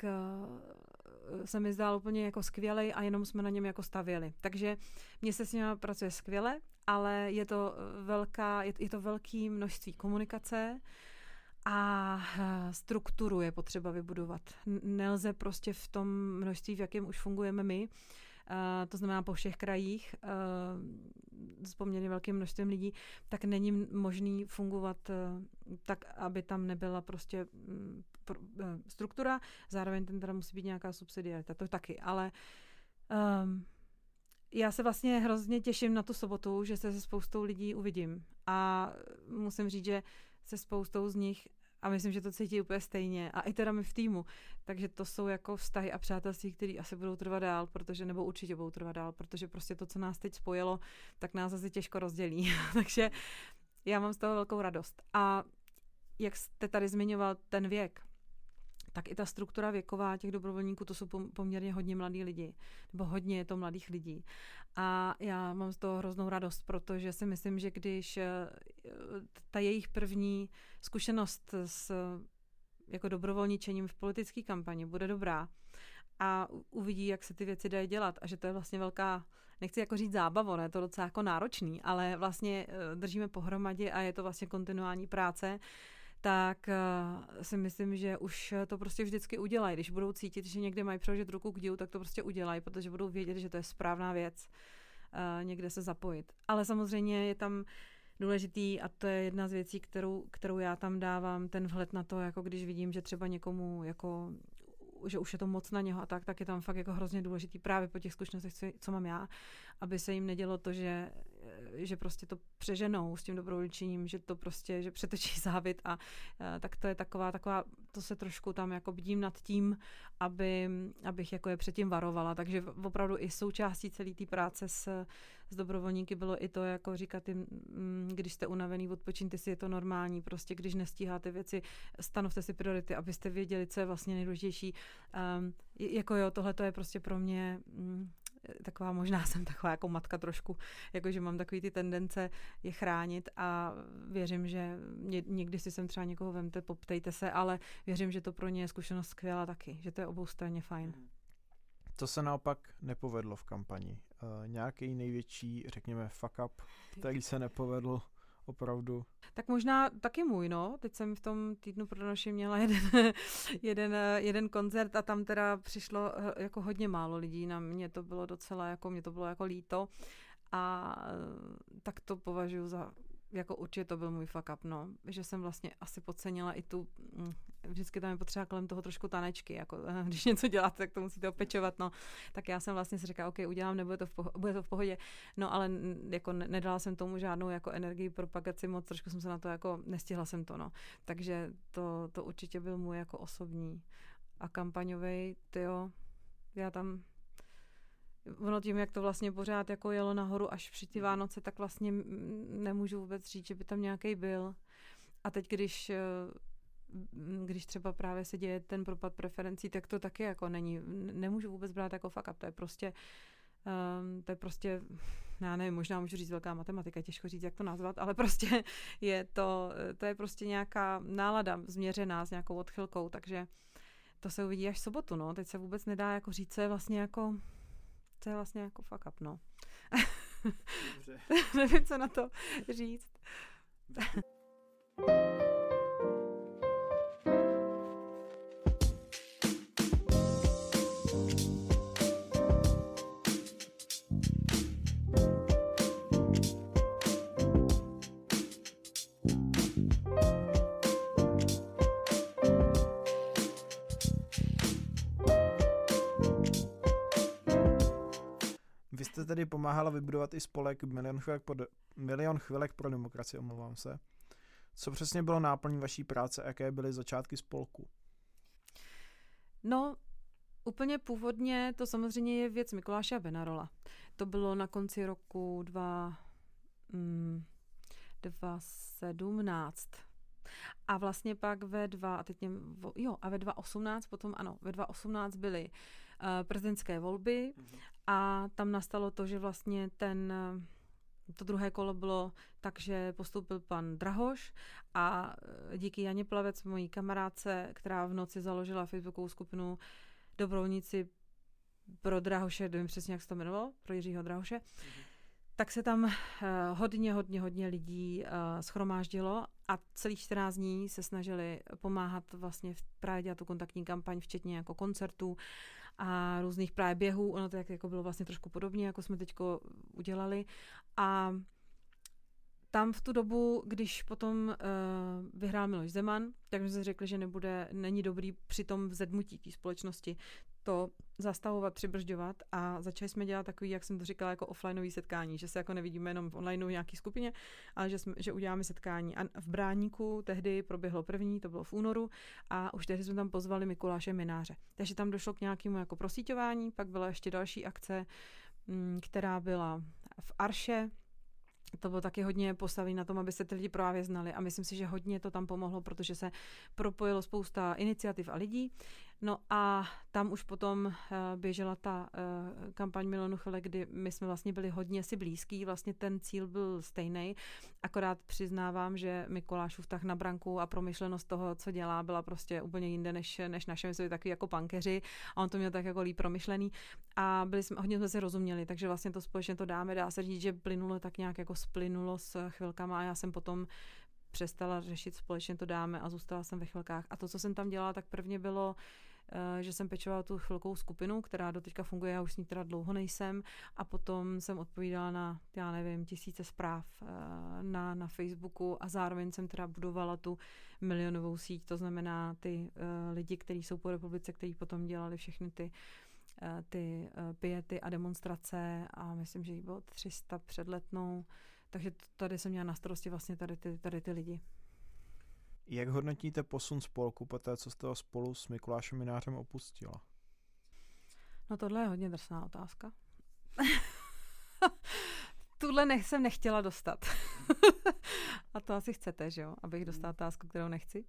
se mi zdál úplně jako skvělej a jenom jsme na něm jako stavěli. Takže mně se s ním pracuje skvěle, ale je to velká, je, je to velké množství komunikace, a strukturu je potřeba vybudovat. Nelze prostě v tom množství, v jakém už fungujeme my, to znamená po všech krajích, s poměrně velkým množstvím lidí, tak není možný fungovat tak, aby tam nebyla prostě struktura, zároveň ten teda musí být nějaká subsidiarita, to taky, ale um, já se vlastně hrozně těším na tu sobotu, že se se spoustou lidí uvidím a musím říct, že se spoustou z nich, a myslím, že to cítí úplně stejně, a i teda my v týmu, takže to jsou jako vztahy a přátelství, které asi budou trvat dál, protože, nebo určitě budou trvat dál, protože prostě to, co nás teď spojilo, tak nás asi těžko rozdělí, takže já mám z toho velkou radost. A jak jste tady zmiňoval ten věk, tak i ta struktura věková těch dobrovolníků, to jsou poměrně hodně mladí lidi, nebo hodně je to mladých lidí. A já mám z toho hroznou radost, protože si myslím, že když ta jejich první zkušenost s jako dobrovolničením v politické kampani bude dobrá a uvidí, jak se ty věci dají dělat a že to je vlastně velká, nechci jako říct zábavo, ne, je to docela jako náročný, ale vlastně držíme pohromadě a je to vlastně kontinuální práce, tak uh, si myslím, že už to prostě vždycky udělají. Když budou cítit, že někde mají přeložit ruku k dílu, tak to prostě udělají, protože budou vědět, že to je správná věc. uh, někde se zapojit. Ale samozřejmě je tam důležitý, a to je jedna z věcí, kterou, kterou já tam dávám, ten vhled na to, jako když vidím, že třeba někomu jako že už je to moc na něho a tak, tak je tam fakt jako hrozně důležitý právě po těch zkušenostech, co, co mám já, aby se jim nedělo to, že, že prostě to přeženou s tím dobrovolničením, že to prostě, že přetočí závit a, a tak to je taková, taková, to se trošku tam jako bdím nad tím, aby, abych jako je předtím varovala, takže opravdu i součástí celé té práce s, s dobrovolníky bylo i to, jako říkat jim, když jste unavený, odpočíňte si, je to normální, prostě když nestíháte věci, stanovte si priority, abyste věděli, co je vlastně nejdůležitější. Um, jako jo, tohle to je prostě pro mě um, taková, možná jsem taková jako matka trošku, jakože mám takový ty tendence je chránit a věřím, že ně, někdy si sem třeba někoho vemte, poptejte se, ale věřím, že to pro ně je zkušenost skvělá taky, že to je oboustranně fajn. Co se naopak nepovedlo v kampani? Uh, nějaký největší, řekněme, fuck up, který se nepovedl opravdu? Tak možná taky můj, no. Teď jsem v tom týdnu pro Danoše měla jeden, jeden, jeden koncert a tam teda přišlo jako hodně málo lidí. Na mě to bylo docela, jako mě to bylo jako líto. A tak to považuji za, jako určitě to byl můj fuck up, no. Že jsem vlastně asi podcenila i tu, vždycky tam je potřeba kolem toho trošku tanečky, jako když něco děláte, tak to musíte opečovat, no. Tak já jsem vlastně si říkala, OK, udělám, nebude to v pohodě, bude to v pohodě. No ale jako nedala jsem tomu žádnou jako energii, propagaci moc, trošku jsem se na to jako, nestihla jsem to, no. Takže to, to určitě byl můj jako osobní. A kampaňovej, tyjo, já tam ono tím, jak to vlastně pořád jako jelo nahoru až při ty Vánoce, tak vlastně nemůžu vůbec říct, že by tam nějaký byl. A teď, když, když třeba právě se děje ten propad preferencí, tak to taky jako není, nemůžu vůbec brát jako fuck up. To je prostě, um, to je prostě, já nevím, možná můžu říct velká matematika, těžko říct, jak to nazvat, ale prostě je to, to je prostě nějaká nálada změřená s nějakou odchylkou, takže to se uvidí až v sobotu, no. Teď se vůbec nedá jako říct, co je vlastně jako to je vlastně jako fuck up, no. Dobře. Nevím, co na to říct. Vy jste tedy pomáhala vybudovat i spolek Milion chvilek, pod, Milion chvilek pro demokracii, omlouvám se. Co přesně bylo náplní vaší práce a jaké byly začátky spolku? No, úplně původně to samozřejmě je věc Mikuláše Benarola. To bylo na konci roku dva tisíce sedmnáct. A vlastně pak ve dva, a teď mě, jo, a ve dva tisíce osmnáct, potom ano, ve dva tisíce osmnáct byly uh, prezidentské volby mm-hmm. a tam nastalo to, že vlastně ten, to druhé kolo bylo tak, že postoupil pan Drahoš a díky Janě Plavec, mojí kamarádce, která v noci založila facebookovou skupinu Dobrovolníci pro Drahoše, nevím přesně, jak se to jmenovalo, pro Jiřího Drahoše, mm-hmm. tak se tam uh, hodně, hodně, hodně lidí uh, shromáždilo a celých čtrnáct dní se snažili pomáhat vlastně v, právě dělat tu kontaktní kampaň, včetně jako koncertů a různých právě běhů. Ono to jak, jako bylo vlastně trošku podobně, jako jsme teďko udělali. A tam v tu dobu, když potom uh, vyhrál Miloš Zeman, tak jsme si řekli, že nebude, není dobrý při tom vzedmutí té společnosti to zastavovat, přibržďovat a začali jsme dělat takový, jak jsem to říkala, jako offlineový setkání, že se jako nevidíme jenom v online v nějaký skupině, ale že, jsme, že uděláme setkání. A v Bráníku tehdy proběhlo první, to bylo v únoru a už tehdy jsme tam pozvali Mikuláše Mináře. Takže tam došlo k nějakému jako prosíťování, pak byla ještě další akce, která byla v Arše. To bylo taky hodně postavené na tom, aby se ty lidi právě znali a myslím si, že hodně to tam pomohlo, protože se propojilo spousta iniciativ a lidí. No a tam už potom uh, běžela ta uh, kampaň Milionu chvilek, kdy my jsme vlastně byli hodně si blízký, vlastně ten cíl byl stejný, akorát přiznávám, že Mikulášův tah na branku a promyšlenost toho, co dělá, byla prostě úplně jinde než, než naše, my jsme byli takový jako pankeři a on to měl tak jako líp promyšlený a byli jsme, hodně jsme si rozuměli, takže vlastně to společně to dáme, dá se říct, že plynulo tak nějak jako splynulo s chvilkama a já jsem potom přestala řešit společně to dáme a zůstala jsem ve chvilkách. A to, co jsem tam dělala, tak prvně bylo že jsem pečovala tu chvilkou skupinu, která doteďka funguje, já už s ní teda dlouho nejsem, a potom jsem odpovídala na, já nevím, tisíce zpráv na, na Facebooku a zároveň jsem teda budovala tu milionovou síť, to znamená ty uh, lidi, kteří jsou po republice, kteří potom dělali všechny ty uh, ty uh, piety a demonstrace a myslím, že jich bylo tři sta před Letnou, takže tady jsem měla na starosti vlastně tady ty, tady ty lidi. Jak hodnotíte posun spolku po té, co jste ho spolu s Mikulášem Mynářem opustila? No tohle je hodně drsná otázka. Tuhle nech, jsem nechtěla dostat. A to asi chcete, že jo? Abych dostala otázku, kterou nechci.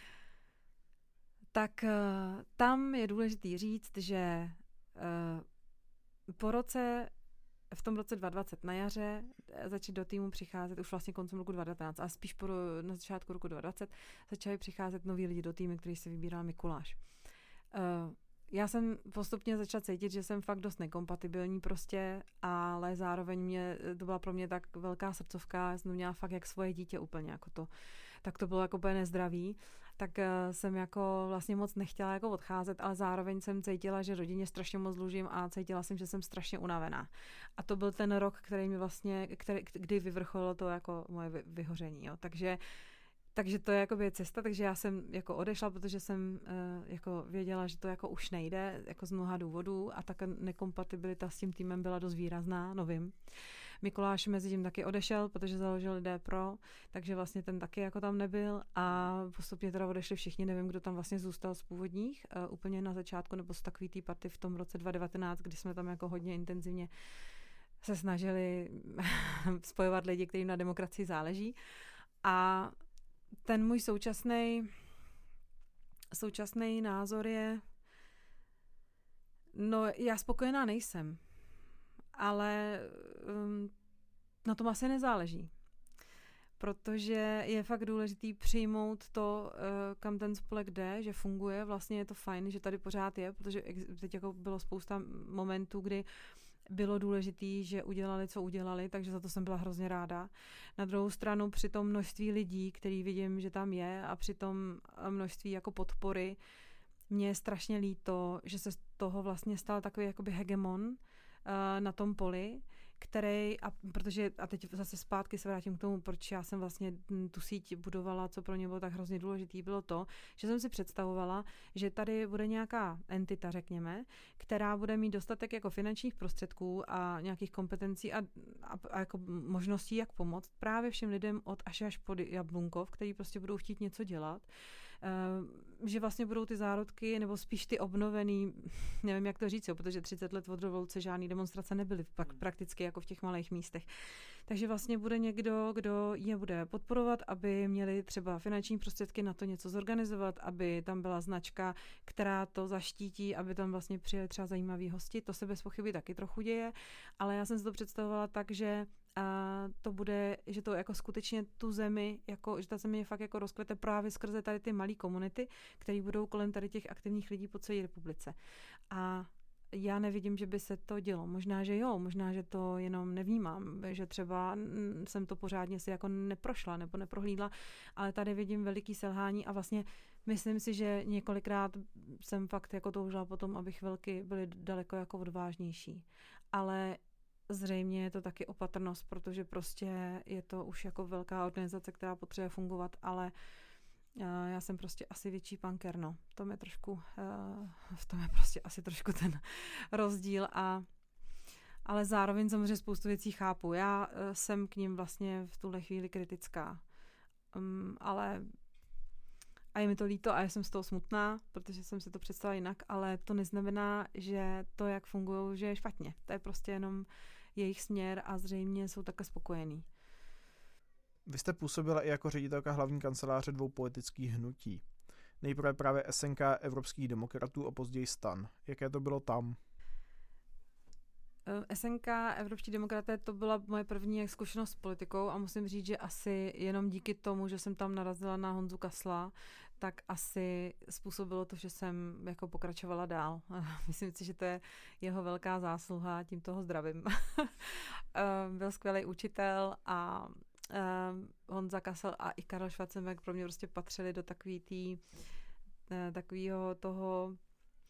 Tak uh, tam je důležitý říct, že uh, po roce, v tom roce dva tisíce dvacet na jaře začít do týmu přicházet už vlastně koncem roku dva tisíce devatenáct, a spíš po, na začátku roku dva tisíce dvacet začali přicházet noví lidi do týmu, který se vybíral Mikuláš. Uh, Já jsem postupně začala cítit, že jsem fakt dost nekompatibilní prostě, ale zároveň mě, to byla pro mě tak velká srdcovka, já jsem měla fakt jak svoje dítě úplně, jako to, tak to bylo jako úplně nezdravý, tak uh, jsem jako vlastně moc nechtěla jako odcházet, ale zároveň jsem cítila, že rodině strašně moc dlužím a cítila jsem, že jsem strašně unavená. A to byl ten rok, který mi vlastně, který, kdy vyvrcholilo to jako moje vy, vyhoření, jo. Takže Takže to je jakoby cesta, takže já jsem jako odešla, protože jsem uh, jako věděla, že to jako už nejde, jako z mnoha důvodů, a tak nekompatibilita s tím týmem byla dost výrazná, novým. Mikuláš mezi tím taky odešel, protože založil D Pro, takže vlastně ten taky jako tam nebyl a postupně teda odešli všichni, nevím, kdo tam vlastně zůstal z původních, uh, úplně na začátku, nebo z takový tý party v tom roce dva tisíce devatenáct, kdy jsme tam jako hodně intenzivně se snažili spojovat lidi, kterým na demokracii záleží. A ten můj současný současný názor je, no já spokojená nejsem, ale um, na tom asi nezáleží, protože je fakt důležitý přijmout to, uh, kam ten spolek jde, že funguje, vlastně je to fajn, že tady pořád je, protože teď jako bylo spousta momentů, kdy bylo důležitý, že udělali, co udělali, takže za to jsem byla hrozně ráda. Na druhou stranu při tom množství lidí, který vidím, že tam je, a při tom množství jako podpory, mě je strašně líto, že se z toho vlastně stal takový jakoby hegemon uh, na tom poli, který, a protože, a teď zase zpátky se vrátím k tomu, proč já jsem vlastně tu síť budovala, co pro mě bylo tak hrozně důležitý, bylo to, že jsem si představovala, že tady bude nějaká entita, řekněme, která bude mít dostatek jako finančních prostředků a nějakých kompetencí a, a, a jako možností, jak pomoct právě všem lidem od až až pod Jablunkov, který prostě budou chtít něco dělat. Uh, že vlastně budou ty zárodky, nebo spíš ty obnovený, nevím, jak to říct, jo, protože třicet let od revoluce žádný demonstrace nebyly pak prakticky jako v těch malých místech. Takže vlastně bude někdo, kdo je bude podporovat, aby měli třeba finanční prostředky na to něco zorganizovat, aby tam byla značka, která to zaštítí, aby tam vlastně přijeli třeba zajímaví hosti. To se bez pochyby taky trochu děje, ale já jsem si to představovala tak, že a to bude, že to jako skutečně tu zemi, jako, že ta země fakt jako rozkvete právě skrze tady ty malé komunity, které budou kolem tady těch aktivních lidí po celé republice. A já nevidím, že by se to dělo. Možná, že jo, možná, že to jenom nevnímám, že třeba jsem to pořádně si jako neprošla nebo neprohlídla, ale tady vidím veliký selhání a vlastně myslím si, že několikrát jsem fakt jako toužila potom, aby chvilky byly daleko jako odvážnější. Ale zřejmě je to taky opatrnost, protože prostě je to už jako velká organizace, která potřebuje fungovat, ale uh, já jsem prostě asi větší punker, no. To je trošku, uh, v tom je prostě asi trošku ten rozdíl, a ale zároveň samozřejmě spoustu věcí chápu. Já uh, jsem k ním vlastně v tuhle chvíli kritická, um, ale a je mi to líto a já jsem z toho smutná, protože jsem si to představila jinak, ale to neznamená, že to, jak fungují, že je špatně. To je prostě jenom jejich směr a zřejmě jsou také spokojení. Vy jste působila i jako ředitelka hlavní kanceláře dvou politických hnutí. Nejprve právě S N K evropských demokratů a později STAN. Jaké to bylo tam? S N K evropští demokraté, to byla moje první zkušenost s politikou a musím říct, že asi jenom díky tomu, že jsem tam narazila na Honzu Kasla, tak asi způsobilo to, že jsem jako pokračovala dál. Myslím si, že to je jeho velká zásluha, tím toho zdravím. Byl skvělý učitel a Honza Kasl a i Karel Schwarzenberg pro mě prostě patřili do takový tý, takovýho toho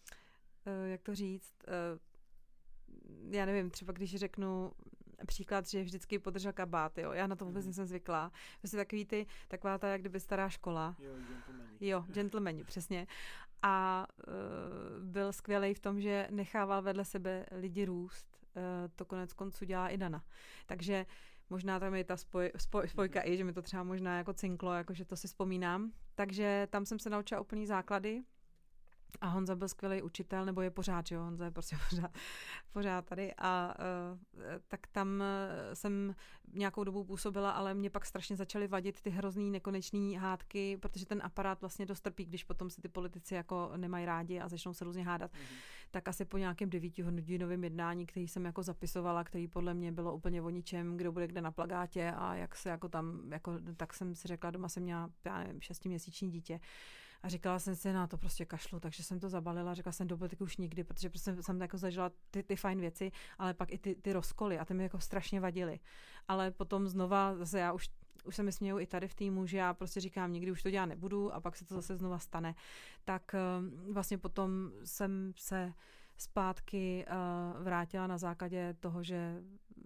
jak to říct, já nevím, třeba když řeknu příklad, že vždycky podržel kabát, jo, já na to vůbec mm. nejsem zvyklá. Prostě takový ty, taková ta, jak kdyby stará škola. Jo, gentlemani. Jo, gentlemani, přesně. A uh, byl skvělej v tom, že nechával vedle sebe lidi růst. Uh, to konec konců dělá i Dana. Takže možná tam je ta spoj, spoj, spojka mm. i, že mi to třeba možná jako cinklo, jakože to si vzpomínám. Takže tam jsem se naučila úplný základy. A Honza byl skvělý učitel, nebo je pořád, že jo, Honza je prostě pořád, pořád tady a uh, tak tam jsem nějakou dobu působila, ale mě pak strašně začaly vadit ty hrozný nekonečný hádky, protože ten aparát vlastně dost trpí, když potom si ty politici jako nemají rádi a začnou se různě hádat. Mm-hmm. Tak asi po nějakém devítihodinovém jednání, který jsem jako zapisovala, který podle mě bylo úplně o ničem, kdo bude kde na plagátě a jak se jako tam, jako, tak jsem si řekla, doma jsem měla, já nevím, šestiměsíční dítě. A říkala jsem si, na to prostě kašlu, takže jsem to zabalila, řekla jsem do politiky už nikdy, protože prostě jsem jako zažila ty, ty fajn věci, ale pak i ty, ty rozkoly a ty mi jako strašně vadily. Ale potom znova, zase já už, už se mi směju i tady v týmu, že já prostě říkám, nikdy už to dělat nebudu a pak se to zase znova stane. Tak uh, vlastně potom jsem se zpátky uh, vrátila na základě toho, že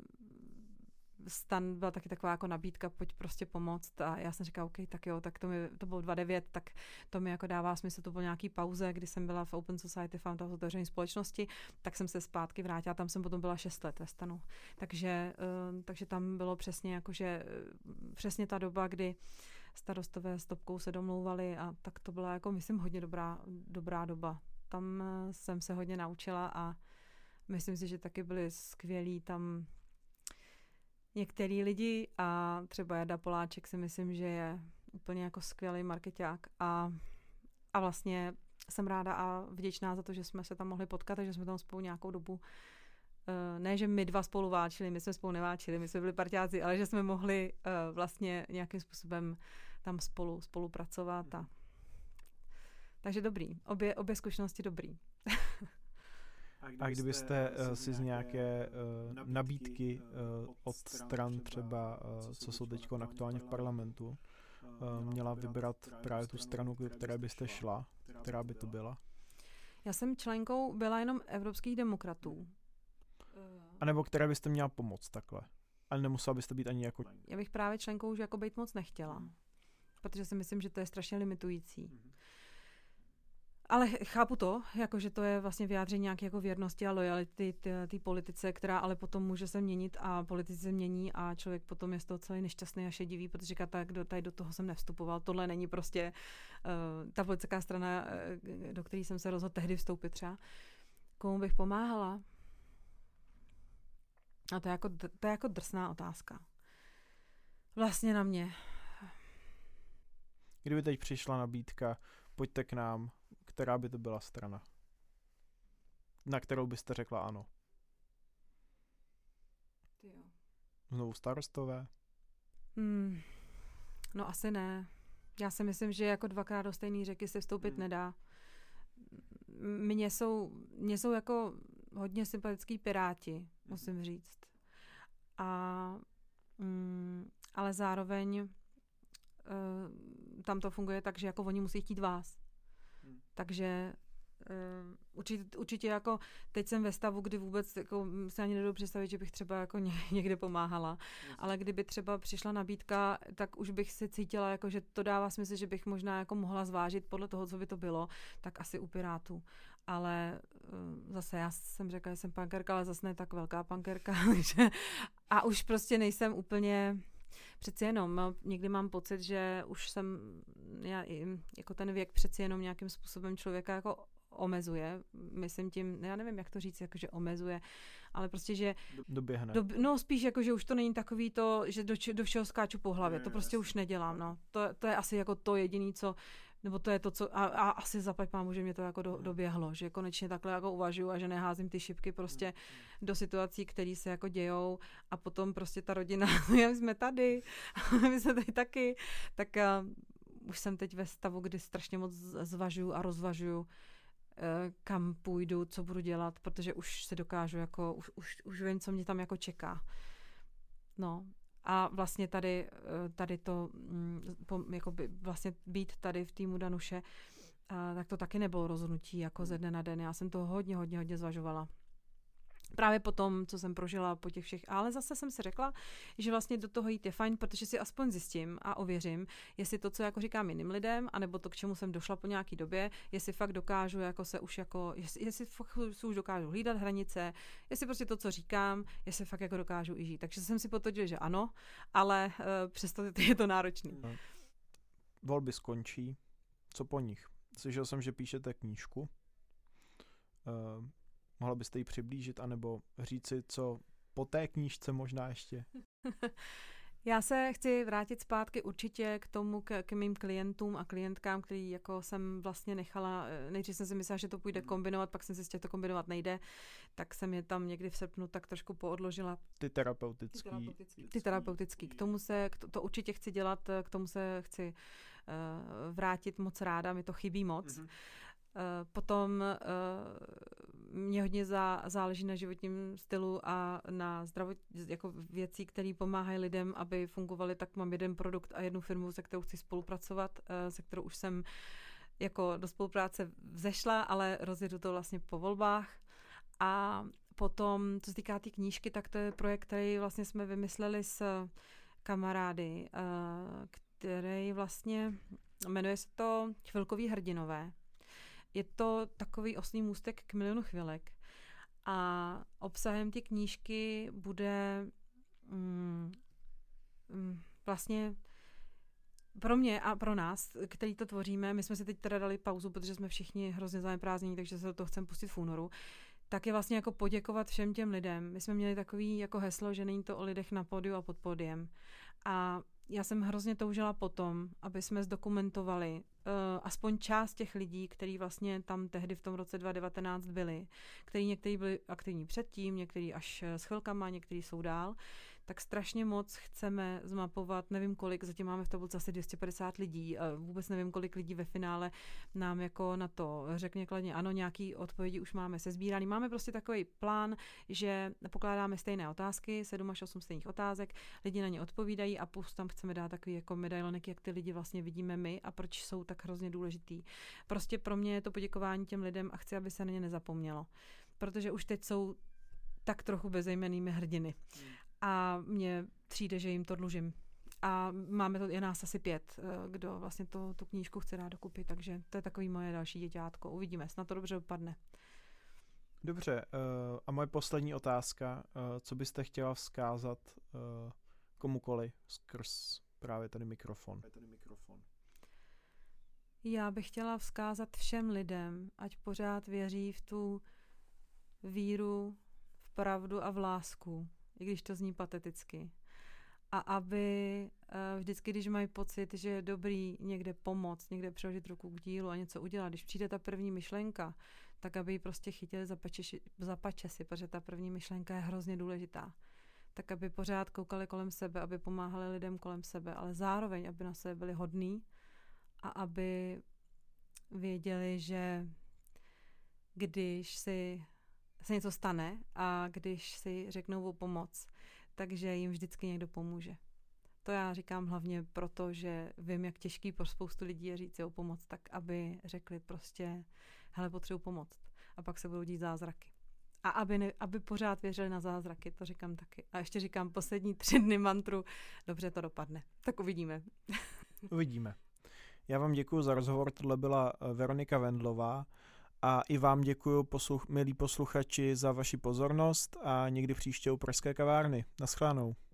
Stan byla taky taková jako nabídka, pojď prostě pomoct a já jsem říkala, OK, tak jo, tak to, mi, to bylo dva devět, tak to mi jako dává smysl, to bylo nějaký pauze, kdy jsem byla v Open Society Fund of otevřené společnosti, tak jsem se zpátky vrátila, tam jsem potom byla šest let ve Stanu. Takže, uh, takže tam bylo přesně jakože, uh, přesně ta doba, kdy starostové s Topkou se domlouvali a tak to byla jako, myslím, hodně dobrá, dobrá doba. Tam uh, jsem se hodně naučila a myslím si, že taky byli skvělí tam některý lidi a třeba Jarda Poláček si myslím, že je úplně jako skvělý markeťák a, a vlastně jsem ráda a vděčná za to, že jsme se tam mohli potkat a že jsme tam spolu nějakou dobu, ne, že my dva spolu válčili, my jsme spolu neváčili, my jsme byli parťáci, ale že jsme mohli vlastně nějakým způsobem tam spolu spolupracovat a takže dobrý, obě, obě zkušenosti dobrý. A kdybyste uh, si z nějaké uh, nabídky uh, od stran třeba, uh, co jsou teď aktuálně v parlamentu, uh, měla vybrat právě tu stranu, do které byste šla, která by to byla? Já jsem členkou byla jenom evropských demokratů. A nebo které byste měla pomoct takhle? Ale nemusela byste být ani jako... Já bych právě členkou už jako být moc nechtěla, protože si myslím, že to je strašně limitující. Ale chápu to, jako že to je vlastně vyjádření nějaké jako věrnosti a lojality té politice, která ale potom může se měnit a politici se mění a člověk potom je z toho celý nešťastný a šedivý, protože říká, tak do, tady do toho jsem nevstupoval, tohle není prostě uh, ta politická strana, uh, do které jsem se rozhodl tehdy vstoupit třeba. Komu bych pomáhala? A to je jako, to je jako drsná otázka. Vlastně na mě. Kdyby teď přišla nabídka, pojďte k nám, která by to byla strana? Na kterou byste řekla ano? Ty jo. Znovu Starostové? Hmm. No asi ne. Já si myslím, že jako dvakrát do stejné řeky se vstoupit hmm. nedá. Mně jsou, mně jsou jako hodně sympatický Piráti, hmm. musím říct. A, mm, ale zároveň uh, tam to funguje tak, že jako oni musí chtít vás. Hmm. Takže uh, určitě, určitě jako teď jsem ve stavu, kdy vůbec jako se ani nedovedu představit, že bych třeba jako někde pomáhala. Hmm. Ale kdyby třeba přišla nabídka, tak už bych si cítila, jako, že to dává smysl, že bych možná jako mohla zvážit podle toho, co by to bylo, tak asi u Pirátů. Ale uh, zase já jsem řekla, že jsem punkerka, ale zase ne tak velká punkerka. A už prostě nejsem úplně... Přeci jenom, někdy mám pocit, že už jsem, já, jako ten věk přeci jenom nějakým způsobem člověka jako omezuje. Myslím tím, já nevím, jak to říct, jako že omezuje, ale prostě, že... Doběhne. Do, no spíš jako, že už to není takový to, že do, do všeho skáču po hlavě. Ne, to prostě jasný. Už nedělám, no. To, to je asi jako to jediné, co... Nebo to je to, co... A, a asi zaplať pámu, že mě to jako do, doběhlo, že konečně takhle jako uvažuju a že neházím ty šipky prostě hmm. do situací, které se jako dějou a potom prostě ta rodina, my jsme tady, my jsme tady taky, tak uh, už jsem teď ve stavu, kdy strašně moc zvažuju a rozvažuju, uh, kam půjdu, co budu dělat, protože už se dokážu jako, už, už, už vím, co mě tam jako čeká. No. A vlastně tady, tady to, jako by vlastně být tady v týmu Danuše a, tak to taky nebylo rozhodnutí jako ze dne na den. Já jsem to hodně, hodně, hodně zvažovala. Právě po tom, co jsem prožila po těch všech, ale zase jsem si řekla, že vlastně do toho jít je fajn, protože si aspoň zjistím a ověřím, jestli to, co jako říkám jiným lidem, anebo to, k čemu jsem došla po nějaký době, jestli fakt dokážu jako se už jako, jestli, jestli fakt už dokážu hlídat hranice, jestli prostě to, co říkám, jestli fakt jako dokážu i žít. Takže jsem si potvrdila, že ano, ale uh, přesto je to náročný. Volby skončí, co po nich? Slyšel jsem, že píšete knížku. Uh, Mohla byste ji přiblížit, anebo říci, co po té knížce možná ještě? Já se chci vrátit zpátky určitě k tomu, k, k mým klientům a klientkám, který jako jsem vlastně nechala, nejdřív jsem si myslela, že to půjde kombinovat, pak jsem si že to kombinovat nejde, tak jsem je tam někdy v srpnu tak trošku poodložila. Ty terapeutický. Ty terapeutický. Ty terapeutický. K tomu se, to, to určitě chci dělat, k tomu se chci uh, vrátit moc ráda, mi to chybí moc. Mm-hmm. Uh, potom uh, mě hodně zá, záleží na životním stylu a na zdravot, jako věcí, které pomáhají lidem, aby fungovaly, tak mám jeden produkt a jednu firmu, se kterou chci spolupracovat, uh, se kterou už jsem jako do spolupráce vzešla, ale rozjedu to vlastně po volbách. A potom, co se týká té tý knížky, tak to je projekt, který vlastně jsme vymysleli s kamarády, uh, který vlastně jmenuje se to Chvilkoví hrdinové. Je to takový oslý můstek k milionu chvilek a obsahem ty knížky bude mm, mm, vlastně pro mě a pro nás, který to tvoříme, my jsme si teď teda dali pauzu, protože jsme všichni hrozně zaneprázdnění, takže se do toho chceme pustit v únoru, tak je vlastně jako poděkovat všem těm lidem. My jsme měli takový jako heslo, že není to o lidech na pódiu a pod pódiem. A já jsem hrozně toužila potom, aby jsme zdokumentovali uh, aspoň část těch lidí, kteří vlastně tam tehdy v tom roce dva tisíce devatenáct byli, kteří někteří byli aktivní předtím, někteří až s chvilkama, někteří jsou dál, tak strašně moc chceme zmapovat, nevím kolik, zatím máme v tabulce asi dvě stě padesát lidí, vůbec nevím, kolik lidí ve finále nám jako na to řekne kladně ano, nějaký odpovědi už máme sesbíraný. Máme prostě takový plán, že pokládáme stejné otázky, sedm až osm stejných otázek, lidi na ně odpovídají a plus tam chceme dát takový jako medailonek, jak ty lidi vlastně vidíme my a proč jsou tak hrozně důležitý. Prostě pro mě je to poděkování těm lidem a chci, aby se na ně nezapomnělo. Protože už teď jsou tak trochu bezejmennými hrdiny. Hmm. A mně přijde, že jim to dlužím. A máme to, je nás asi pět, kdo vlastně to, tu knížku chce dát dokupy, takže to je takový moje další děťátko. Uvidíme, snad to dobře dopadne. Dobře, a moje poslední otázka, co byste chtěla vzkázat komukoli skrz právě tady mikrofon? Já bych chtěla vzkázat všem lidem, ať pořád věří v tu víru, v pravdu a v lásku, i když to zní pateticky. A aby vždycky, když mají pocit, že je dobrý někde pomoct, někde přiložit ruku k dílu a něco udělat, když přijde ta první myšlenka, tak aby ji prostě chytili za, pači, za pačesy, protože ta první myšlenka je hrozně důležitá. Tak aby pořád koukali kolem sebe, aby pomáhali lidem kolem sebe, ale zároveň, aby na sebe byli hodní a aby věděli, že když si se něco stane a když si řeknou o pomoc, takže jim vždycky někdo pomůže. To já říkám hlavně proto, že vím, jak těžký pro spoustu lidí je říct si o pomoc, tak aby řekli prostě, hele, potřebuji pomoct. A pak se budou dít zázraky. A aby, ne, aby pořád věřili na zázraky, to říkám taky. A ještě říkám poslední tři dny mantru, dobře to dopadne. Tak uvidíme. Uvidíme. Já vám děkuji za rozhovor, tohle byla Veronika Vendlová. A i vám děkuji, posluch, milí posluchači, za vaši pozornost a někdy příště u Pražské kavárny. Naschledanou.